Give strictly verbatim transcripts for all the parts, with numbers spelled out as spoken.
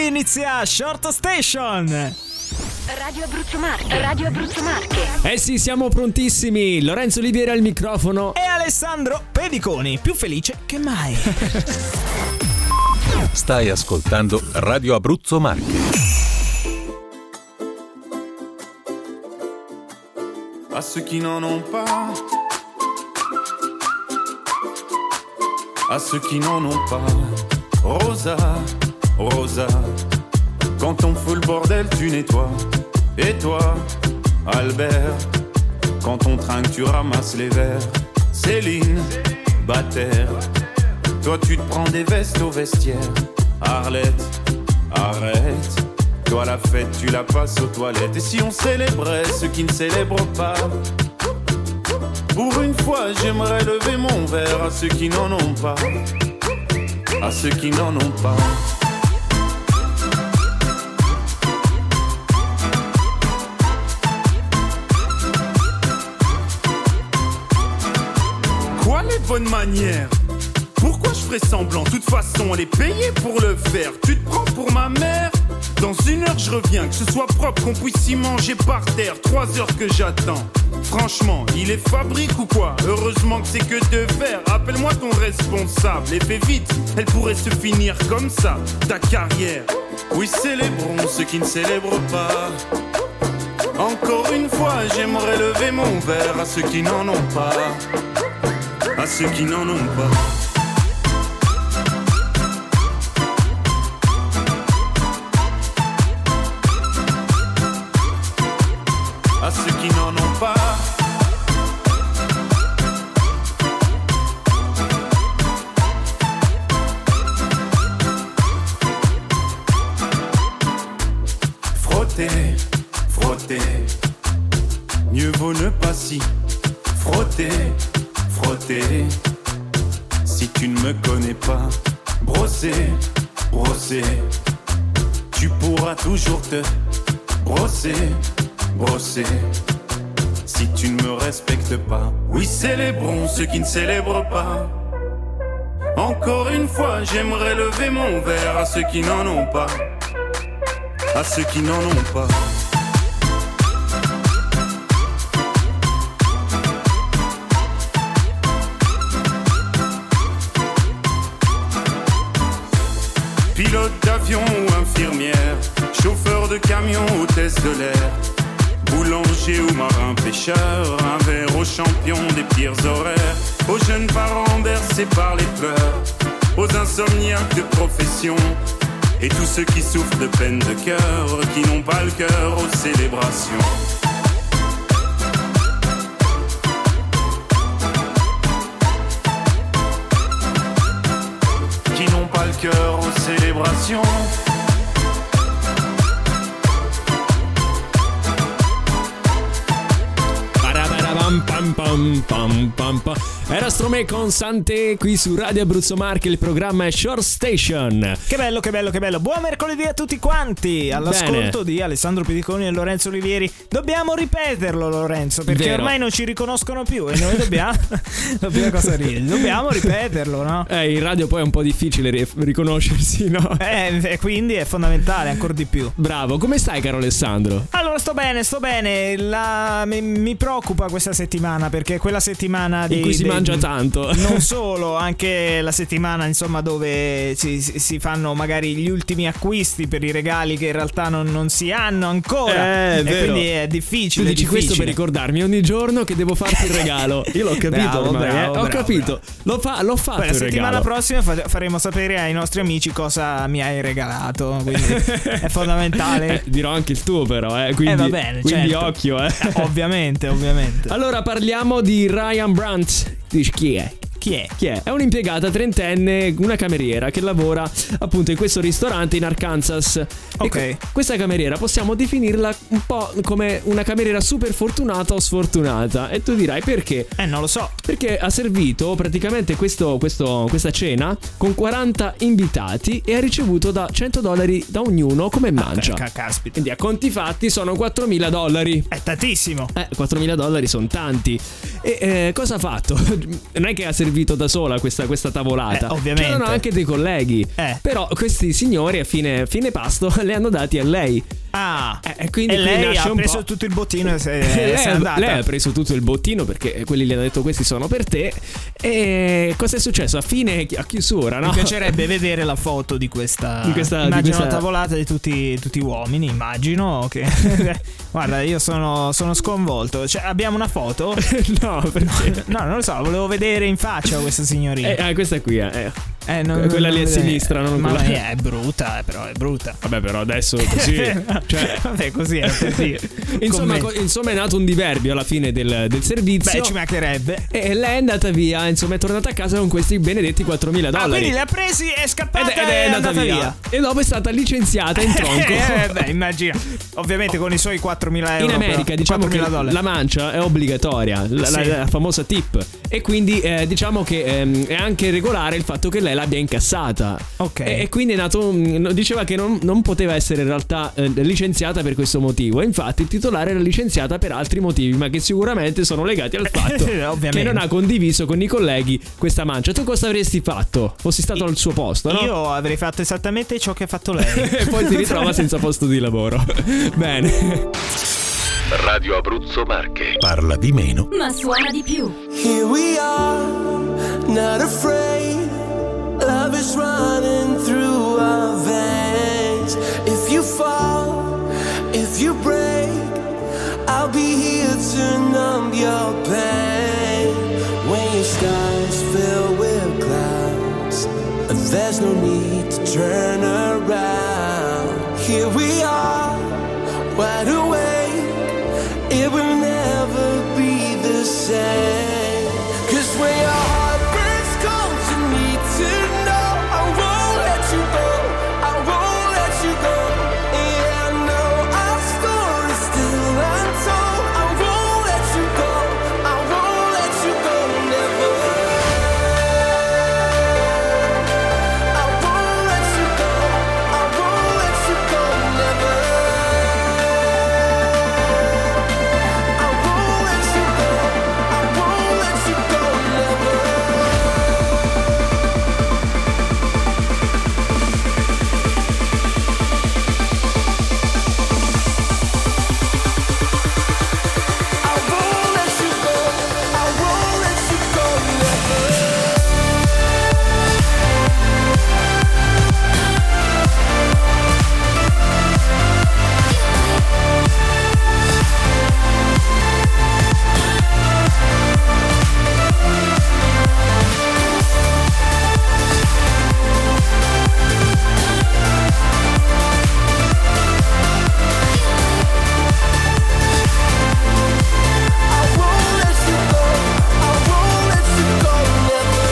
inizia Short Station. Radio Abruzzo Marche. Radio Abruzzo Marche. Eh sì, siamo prontissimi. Lorenzo Olivieri al microfono e Alessandro Pediconi, più felice che mai. Stai ascoltando Radio Abruzzo Marche. À ceux qui n'en ont pas, à ceux qui n'en ont pas, Rosa, Rosa, quand on fout le bordel tu nettoies. Et toi, Albert, quand on trinque tu ramasses les verres. Céline, Bataire, toi tu te prends des vestes au vestiaire. Arlette, arrête, toi la fête tu la passes aux toilettes. Et si on célébrait ceux qui ne célèbrent pas, pour une fois j'aimerais lever mon verre à ceux qui n'en ont pas, à ceux qui n'en ont pas. Quoi les bonnes manières? Pourquoi je ferais semblant? De toute façon elle est payée pour le faire. Tu te prends pour ma mère? Dans une heure je reviens, que ce soit propre, qu'on puisse y manger par terre. Trois heures que j'attends. Franchement, il est fabrique ou quoi? Heureusement que c'est que de faire. Appelle-moi ton responsable et fais vite, elle pourrait se finir comme ça, ta carrière. Oui, célébrons ceux qui ne célèbrent pas. Encore une fois, j'aimerais lever mon verre à ceux qui n'en ont pas, à ceux qui n'en ont pas. À ceux qui n'en ont pas. Frotter, frotter, mieux vaut ne pas si frotter, frotter. Si tu ne me connais pas, brosser, brosser, tu pourras toujours te brosser, brosser. Si tu ne me respectes pas, oui, célébrons ceux qui ne célèbrent pas. Encore une fois, j'aimerais lever mon verre à ceux qui n'en ont pas, à ceux qui n'en ont pas. Pilote d'avion ou infirmière, chauffeur de camion, hôtesse de l'air, boulanger ou marin pêcheur, un verre aux champions des pires horaires, aux jeunes parents bercés par les pleurs, aux insomniaques de profession, et tous ceux qui souffrent de peine de cœur, qui n'ont pas le cœur aux célébrations. Qui n'ont pas le cœur aux célébrations. Pam pam pam pam pam. Era Stromae con Santé qui su Radio Abruzzo Marche. Il programma è Short Station. Che bello, che bello, che bello. Buon mercoledì a tutti quanti. All'ascolto Bene. di Alessandro Pediconi e Lorenzo Olivieri. Dobbiamo ripeterlo, Lorenzo, perché Vero. ormai non ci riconoscono più e noi dobbiamo dobbiamo, cosa ridi? Dobbiamo ripeterlo, no? Eh, in radio poi è un po' difficile ri- riconoscersi, no? Eh, e quindi è fondamentale ancora di più. Bravo, come stai, caro Alessandro? Allora, sto bene, sto bene. La, mi, mi preoccupa questa settimana, perché è quella settimana di, in cui si de, mangia tanto. Non solo, anche la settimana, insomma, dove si, si fanno magari gli ultimi acquisti per i regali che in realtà non, non si hanno ancora. Eh, e vero. quindi è difficile. Tu dici è questo difficile. per ricordarmi ogni giorno che devo farti il regalo. Io l'ho capito Bravo, ormai, bravo, eh. Ho bravo, capito. bravo. L'ho, fa- l'ho fatto Poi la il settimana regalo. prossima fa- faremo sapere ai nostri amici cosa mi hai regalato. Quindi è fondamentale. Eh, dirò anche il tuo, però, eh. Quindi, Eh, va bene, quindi certo. occhio, eh. Ovviamente, ovviamente. Allora parliamo di Ryan Brandt. Dici chi è? Chi è? Chi è? È un'impiegata trentenne, una cameriera che lavora appunto in questo ristorante in Arkansas. Ok. E questa cameriera possiamo definirla un po' come una cameriera super fortunata o sfortunata. E tu dirai perché? Eh, non lo so. Perché ha servito praticamente questo, questo, questa cena con quaranta invitati e ha ricevuto da cento dollari da ognuno come mancia. Ah, caspita. Quindi a conti fatti sono quattromila dollari. È tantissimo. Eh, quattromila dollari sono tanti. E eh, cosa ha fatto? Non è che ha servito servito da sola questa, questa tavolata. Eh, ovviamente. C'erano anche dei colleghi. Eh. Però questi signori a fine, fine pasto le hanno dati a lei. Ah, Eh, quindi e qui lei nasce ha un preso po'. tutto il bottino e se, lei, se è ha- andata. lei ha preso tutto il bottino perché quelli le hanno detto questi sono per te. E cosa è successo? A fine, a chiusura, no? Mi piacerebbe vedere la foto di questa, Di questa- di immagino questa- la tavolata di tutti, tutti uomini, immagino che guarda, io sono, sono sconvolto. Cioè, abbiamo una foto? No, perché? No, non lo so, volevo vedere in faccia questa signorina. Eh, ah, questa qui, eh. Eh, non- quella non lì a vedere. sinistra, non Ma quella- è, è brutta, eh, però è brutta. Vabbè, però adesso così. Cioè, Vabbè, così è per dire. insomma, Commenti. co- insomma, è nato un diverbio alla fine del, del servizio. Beh, ci mancherebbe. E lei è andata via, insomma, è tornata a casa con questi benedetti quattromila Ah, dollari. quindi li ha presi, è ed, scappata ed è andata via. E dopo è stata licenziata in tronco. Eh, beh, immagina. Ovviamente con i suoi quattromila euro. In America però. diciamo che quattromila dollari. la mancia è obbligatoria, la, Sì. la- la famosa tip. E quindi eh, diciamo che ehm, è anche regolare il fatto che lei l'abbia incassata. Ok. E, e quindi è nato un- diceva che non, non poteva essere in realtà eh, licenziata per questo motivo. E infatti il titolare era licenziata per altri motivi, ma che sicuramente sono legati al fatto Ovviamente. che non ha condiviso con i colleghi questa mancia. Tu cosa avresti fatto? Fossi stato al suo posto, no? Io avrei fatto esattamente ciò che ha fatto lei. E poi si ritrova senza posto di lavoro. Bene. Radio Abruzzo Marche. Parla di meno. Ma suona di più. Here we are, not afraid. Love is running through our veins. If you fall, if you break, I'll be here to numb your pain. When your skies fill with clouds, there's no need to turn around. Here we are, wide awake. It will never be the same. 'Cause when your heart breaks cold, you need to know I won't let you go, I won't let you go. Yeah, I know our story's still untold. I won't let you go, I won't let you go, never. I won't let you go, I won't let you go, never. I won't let you go, I won't let you go, never. I won't let you go, I won't let you go, never. I won't let you go, I won't let you go, never.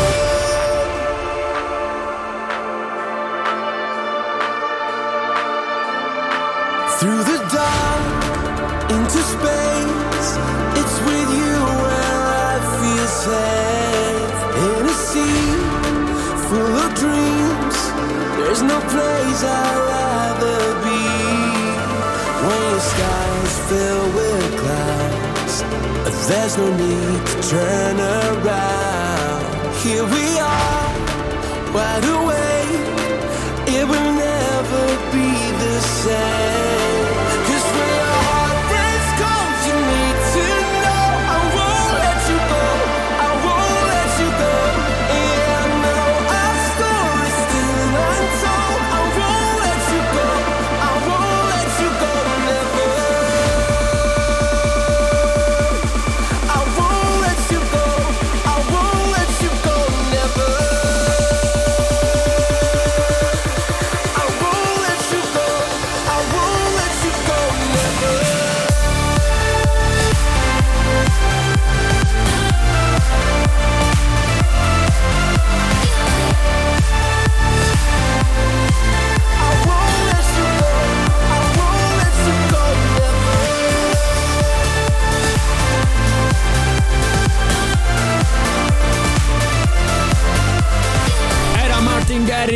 Through the dark, into space, it's with you where I feel safe. In a sea full of dreams, there's no place I'd rather be. When your skies fill with clouds, there's no need to turn around. Here we are, wide awake. It will never be the same. 'Cause when your heart breaks cold, you need to know I won't let you go, I won't let you go. Yeah, I know our story's still untold. I won't let you go, I won't let you go, never. I won't let you go, I won't let you go, never.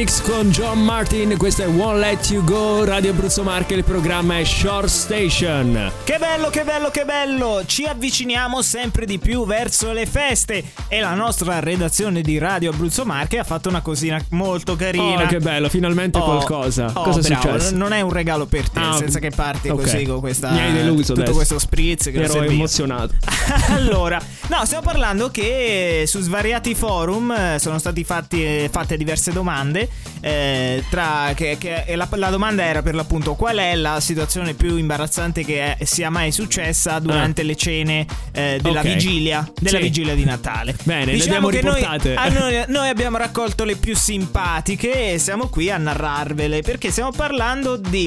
Iconics con John Martin, questo è Won't Let You Go, Radio Abruzzo Marche, il programma è Short Station. Che bello, che bello, che bello! Ci avviciniamo sempre di più verso le feste e la nostra redazione di Radio Abruzzo Marche ha fatto una cosina molto carina. Oh, che bello, finalmente Oh, qualcosa. oh, Cosa è bravo, successo? non è un regalo per te, Ah, senza che parti ok. così con questa, Mi hai deluso tutto adesso. questo spritz che non Ero serviva. emozionato. Allora, no, stiamo parlando che su svariati forum eh, sono stati fatti, eh, fatte diverse domande. Eh, tra che, che e la, la domanda era per l'appunto: qual è la situazione più imbarazzante che è, sia mai successa durante Ah. le cene eh, della Ok. vigilia della Sì. vigilia di Natale? Bene, le Diciamo abbiamo che noi, riportate. ah, noi, noi abbiamo raccolto le più simpatiche e siamo qui a narrarvele, perché stiamo parlando di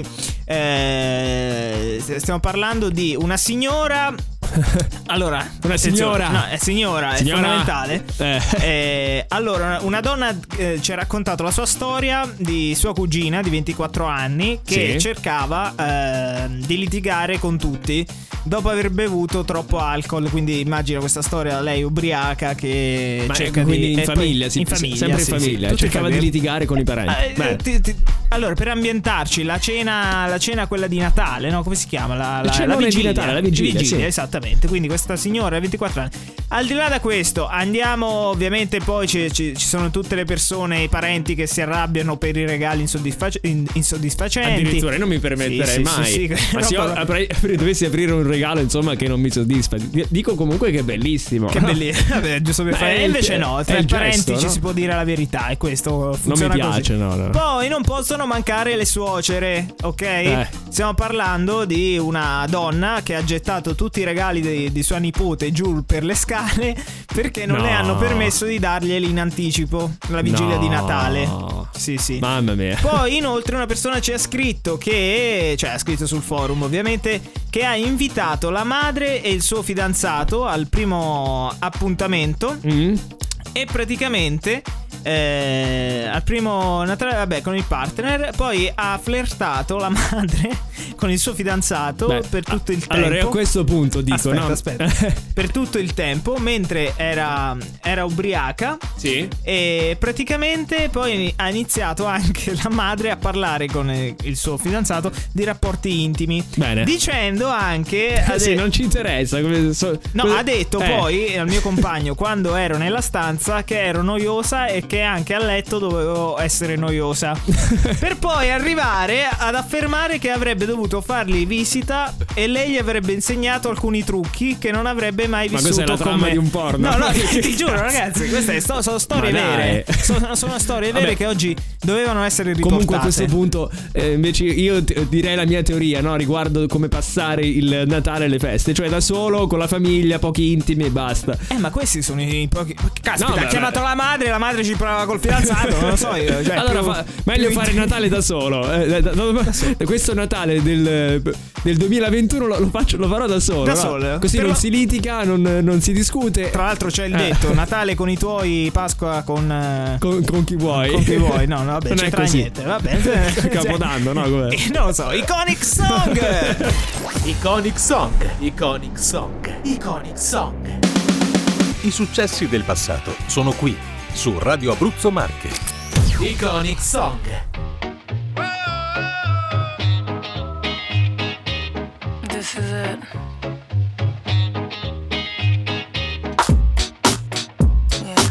eh, stiamo parlando di una signora. Allora, Una attenzione, signora. no, è signora, Signora. è fondamentale. Eh. Eh, allora, una donna eh, ci ha raccontato la sua storia di sua cugina di ventiquattro anni che Sì. cercava eh, di litigare con tutti dopo aver bevuto troppo alcol. Quindi immagina questa storia, lei ubriaca che Ma cerca quindi di in e poi- famiglia, sì, in famiglia, sempre in sì, famiglia. sì, tutti Cercava in di famiglia. litigare con i parenti. Eh, Beh. ti- ti- allora, per ambientarci, la cena, la cena quella di Natale, no? Come si chiama? La, la, cenone la di vigilia. Natale, la vigilia, sì. Esattamente. Quindi questa signora ha ventiquattro anni. Al di là da questo, andiamo, ovviamente poi ci, ci- ci sono tutte le persone, i parenti che si arrabbiano per i regali insoddisfac- in- insoddisfacenti. Addirittura io non mi permetterei Sì, sì, mai. sì, sì. Ma se io No, però- apri- apri- dovessi aprire un regalo, insomma, che non mi soddisfa, di- dico comunque che è bellissimo. Che bellissimo. Vabbè, giusto per Ma fare. è E il- invece no, è tra il i parenti gesto, ci no? si può dire la verità e questo Non mi funziona piace, così. no, no. Poi non possono mancare le suocere, ok? Eh. Stiamo parlando di una donna che ha gettato tutti i regali di, di sua nipote giù per le scale perché non No. le hanno permesso di darglieli in anticipo la vigilia No. di Natale. Sì, sì. Mamma mia. Poi inoltre una persona ci ha scritto che, cioè ha scritto sul forum ovviamente, che ha invitato la madre e il suo fidanzato al primo appuntamento Mm? e praticamente eh, al primo Natale, vabbè, con il partner, poi ha flirtato la madre con il suo fidanzato Beh, per tutto il tempo. Allora, io a questo punto dico, aspetta, no? aspetta. Per tutto il tempo, mentre era, era ubriaca. Sì. E praticamente poi ha iniziato anche la madre a parlare con il suo fidanzato di rapporti intimi. Bene. Dicendo anche ha Sì, de- non ci interessa. come- so- No, cosa- ha detto eh. poi al mio compagno quando ero nella stanza che ero noiosa e che anche a letto dovevo essere noiosa. Per poi arrivare ad affermare che avrebbe dovuto fargli visita e lei gli avrebbe insegnato alcuni trucchi che non avrebbe mai Ma vissuto questa è la con trama me. di un porno. No, no, Ma che ti cazzo? giuro ragazzi, queste sto- sono storie Ma dai. vere. Sono, sono storie vere Vabbè. che oggi dovevano essere riportate. Comunque a questo punto eh, invece io t- direi la mia teoria, no, riguardo come passare il Natale e le feste, cioè da solo, con la famiglia, pochi intimi e basta. Eh, ma questi sono i pochi. Caspita, No, ha beh, chiamato la madre, la madre ci parlava col fidanzato, non lo so io. Cioè, Allora più- fa- meglio più fare intimi. Natale da solo. Eh, da- da- da- questo Natale del, del duemilaventuno lo, lo faccio, lo farò da solo. Da no? solo. Così Però- non si litiga, non, non si discute. Tra l'altro c'è il Eh. detto Natale con i tuoi, Pasqua con eh, Con, con chi vuoi. con chi vuoi. No, no, vabbè, Non è c'entra così. niente. Vabbè. Capodanno, no? Com'è? Eh, non lo so, Iconic Song. Iconic Song, Iconic Song, Iconic Song. I successi del passato sono qui, su Radio Abruzzo Marche. Iconic Song. This is it. Yeah.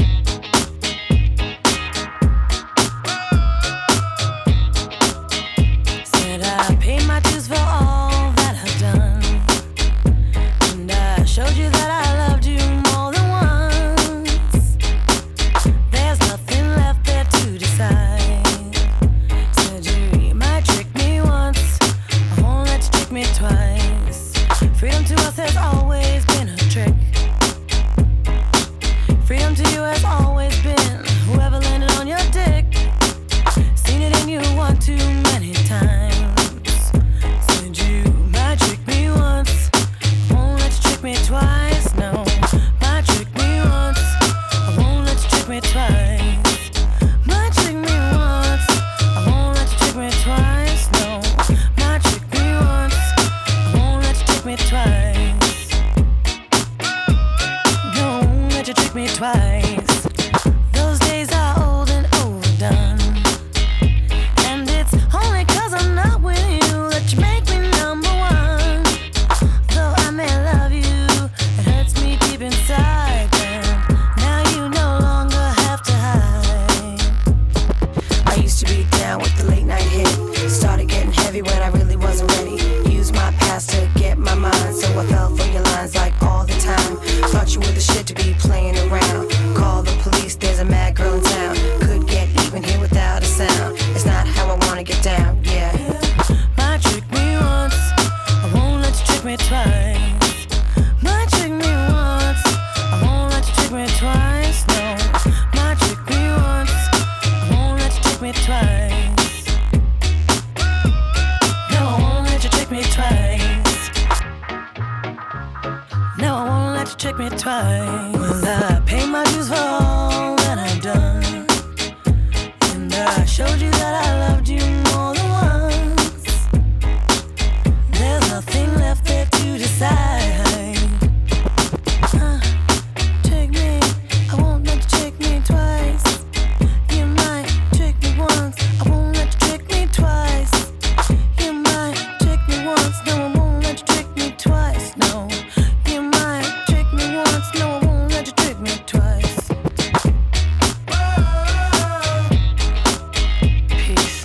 Said I paid my dues for all that I've done, and I showed you that I loved you more than once. There's nothing left there to decide. down with the late night hit. Started getting heavy when I really wasn't ready. Used my past to get my mind, so I fell for your lines like all the time. Thought you were the shit to be playing around. Call the police, there's a mad girl in town. Could get even here without a sound. It's not how I wanna get down, yeah. Might trick me once, I won't let you trick me twice. Might trick me once, I won't let you trick me twice, no. Might trick me once, I won't let you trick me twice. No, I won't let you trick me twice. No, I won't let you trick me twice. Well, I pay my dues for all that I've done, and I showed you that I loved you more than once. There's nothing left there to decide. Uh, trick me, I won't let you trick me twice. You might trick me once, I won't let you trick me twice. You might trick me once, no, I won't let you trick me twice, no. You might trick me once, no, I won't let you trick me twice. Peace.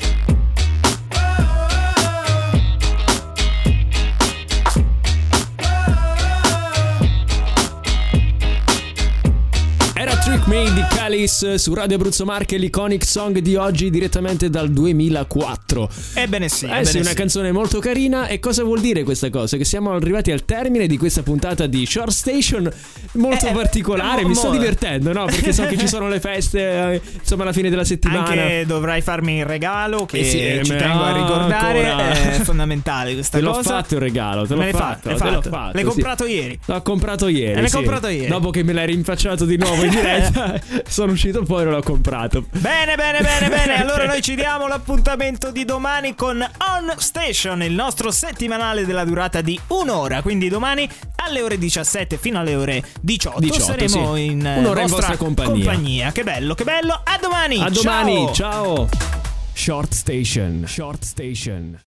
Era Trick Me di Calice su Radio Abruzzo Marche, l'iconic song di oggi direttamente dal duemilaquattro. Ebbene sì, Eh ebbene sì, una sì. canzone molto carina. E cosa vuol dire questa cosa? Che siamo arrivati al termine di questa puntata di Short Station molto Eh, particolare. mo- Mi sto mo- divertendo, no? Perché so che ci sono le feste, eh, insomma, alla fine della settimana. Anche dovrai farmi il regalo che Eh sì, eh, ci ma tengo a ricordare. ancora. È fondamentale questa Te l'ho cosa. fatto il regalo, te l'ho Me l'hai fatto, fatto, l'hai te l'ho fatto. fatto, L'hai sì. comprato ieri. L'ho comprato ieri. E l'hai sì. comprato ieri. Dopo che me l'hai rinfacciato di nuovo in diretta, sono uscito fuori e l'ho comprato. Bene, bene, bene, bene. Allora noi ci diamo l'appuntamento di domani con On Station, il nostro settimanale della durata di un'ora. Quindi domani alle ore diciassette fino alle ore diciotto, diciotto, saremo sì. in eh, Un'ora in vostra vostra compagnia. Che bello, che bello. A domani. A domani, Ciao. ciao. Short Station, Short Station.